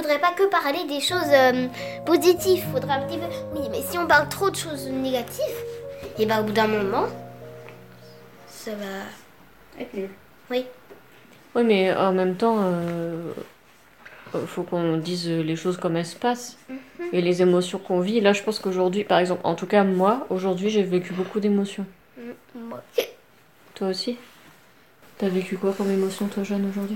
faudrait pas que parler des choses positives. Faudrait un petit peu. Oui, mais si on parle trop de choses négatives, et au bout d'un moment, ça va être nul. Oui. Oui, mais en même temps, faut qu'on dise les choses comme elles se passent et les émotions qu'on vit. Là, je pense qu'aujourd'hui, par exemple, en tout cas moi, aujourd'hui, j'ai vécu beaucoup d'émotions. Moi. Toi aussi? T'as vécu quoi comme émotion, toi, jeune, aujourd'hui?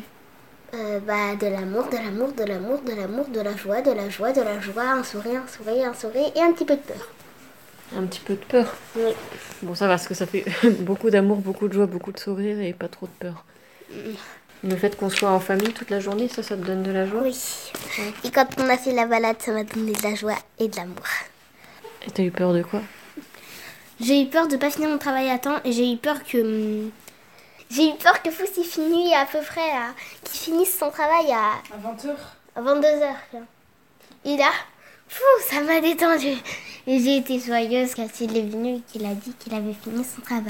De l'amour, de l'amour, de l'amour, de l'amour, de la joie, de la joie, de la joie, un sourire, un sourire, un sourire et un petit peu de peur. Un petit peu de peur. Oui. Bon, ça va, parce que ça fait beaucoup d'amour, beaucoup de joie, beaucoup de sourire et pas trop de peur. Le fait qu'on soit en famille toute la journée, ça te donne de la joie? Oui. Ouais. Et quand on a fait la balade, ça m'a donné de la joie et de l'amour. Et t'as eu peur de quoi? J'ai eu peur de pas finir mon travail à temps et j'ai eu peur que... Fous il finisse à peu près qu'il finisse son travail à 20h. À 22h. Et là, ça m'a détendue. Et j'ai été joyeuse quand il est venu et qu'il a dit qu'il avait fini son travail.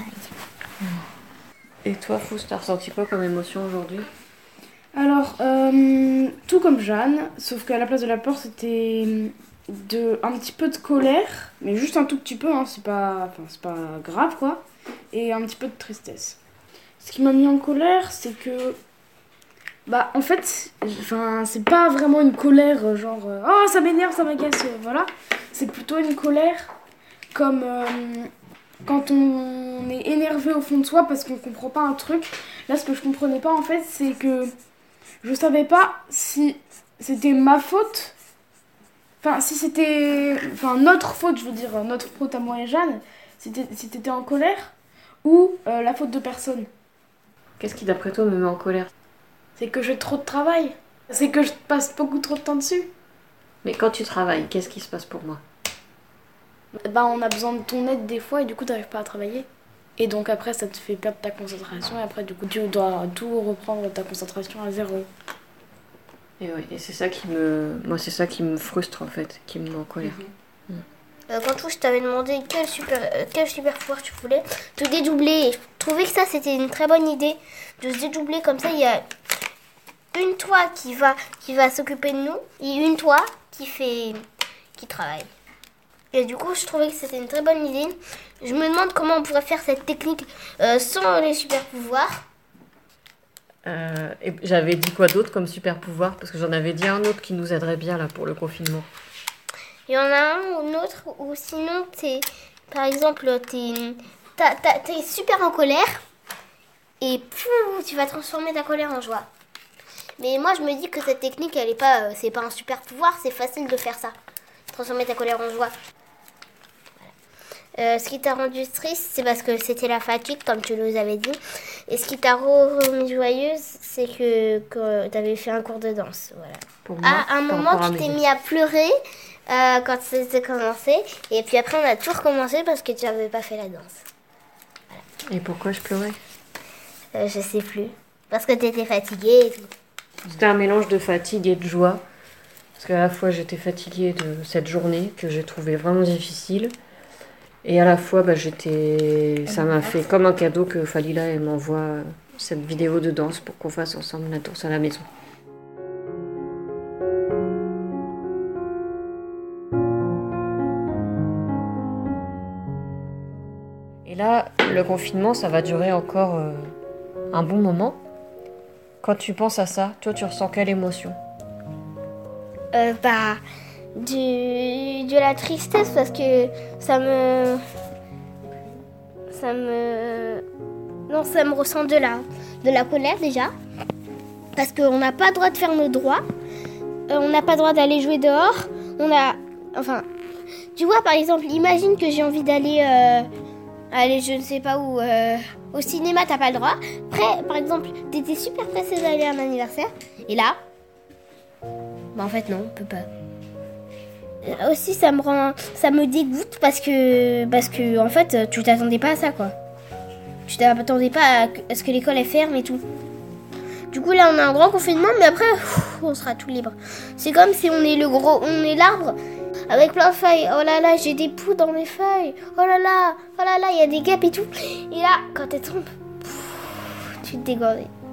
Et toi, Fous, t'as ressenti quoi comme émotion aujourd'hui? Alors, tout comme Jeanne, sauf qu'à la place de la peur, c'était un petit peu de colère, mais juste un tout petit peu, c'est pas grave quoi, et un petit peu de tristesse. Ce qui m'a mis en colère, c'est que, en fait, c'est pas vraiment une colère genre oh ça m'énerve, ça m'agace, voilà. C'est plutôt une colère comme quand on est énervé au fond de soi parce qu'on comprend pas un truc. Là, ce que je comprenais pas en fait, c'est que je savais pas si c'était ma faute, si c'était notre faute, je veux dire notre faute à moi et Jeanne, si t'étais en colère ou la faute de personne. Qu'est-ce qui d'après toi me met en colère? C'est que j'ai trop de travail, c'est que je passe beaucoup trop de temps dessus. Mais quand tu travailles, qu'est-ce qui se passe pour moi? On a besoin de ton aide des fois et du coup t'arrives pas à travailler. Et donc après ça te fait perdre ta concentration et après du coup tu dois tout reprendre ta concentration à zéro. Et oui, et c'est ça qui me frustre en fait, qui me met en colère. Quand je t'avais demandé quel super pouvoir tu voulais, te dédoubler. Et je trouvais que ça c'était une très bonne idée de se dédoubler comme ça. Il y a une toi qui va s'occuper de nous et une toi qui travaille. Et du coup, je trouvais que c'était une très bonne idée. Je me demande comment on pourrait faire cette technique sans les super pouvoirs. Et j'avais dit quoi d'autre comme super pouvoir? Parce que j'en avais dit un autre qui nous aiderait bien là pour le confinement. Il y en a un ou l'autre, ou sinon, par exemple, t'es super en colère et tu vas transformer ta colère en joie. Mais moi, je me dis que cette technique, c'est pas un super pouvoir, c'est facile de faire ça. Transformer ta colère en joie. Voilà. Ce qui t'a rendu triste, c'est parce que c'était la fatigue, comme tu nous avais dit. Et ce qui t'a remis joyeuse, c'est que t'avais fait un cours de danse. Voilà. Pour moi, à un moment, tu t'es mis à pleurer quand c'était commencé. Et puis après, on a tout recommencé parce que tu n'avais pas fait la danse. Voilà. Et pourquoi je pleurais? Je sais plus. Parce que tu étais fatiguée et tout. C'était un mélange de fatigue et de joie. Parce qu'à la fois, j'étais fatiguée de cette journée que j'ai trouvée vraiment difficile. Et à la fois, ça m'a fait comme un cadeau que Falila elle m'envoie cette vidéo de danse pour qu'on fasse ensemble la danse à la maison. Et là, le confinement, ça va durer encore un bon moment. Quand tu penses à ça, toi, tu ressens quelle émotion? De la tristesse parce que ça me ressent de la colère déjà. Parce qu'on n'a pas le droit de faire nos droits. On n'a pas le droit d'aller jouer dehors. Tu vois, par exemple, imagine que j'ai envie d'aller je ne sais pas où, au cinéma, t'as pas le droit. Après, par exemple, t'étais super pressée d'aller à un anniversaire. Et là, en fait non, on peut pas. Aussi, ça me dégoûte parce que en fait, tu t'attendais pas à ça, quoi. Tu t'attendais pas à ce que l'école elle ferme et tout. Du coup, là, on a un grand confinement, mais après, on sera tout libre. C'est comme si on est l'arbre avec plein de feuilles. Oh là là, j'ai des poux dans mes feuilles. Oh là là, il y a des guêpes et tout. Et là, quand elles tombent, tu te dégoûtes.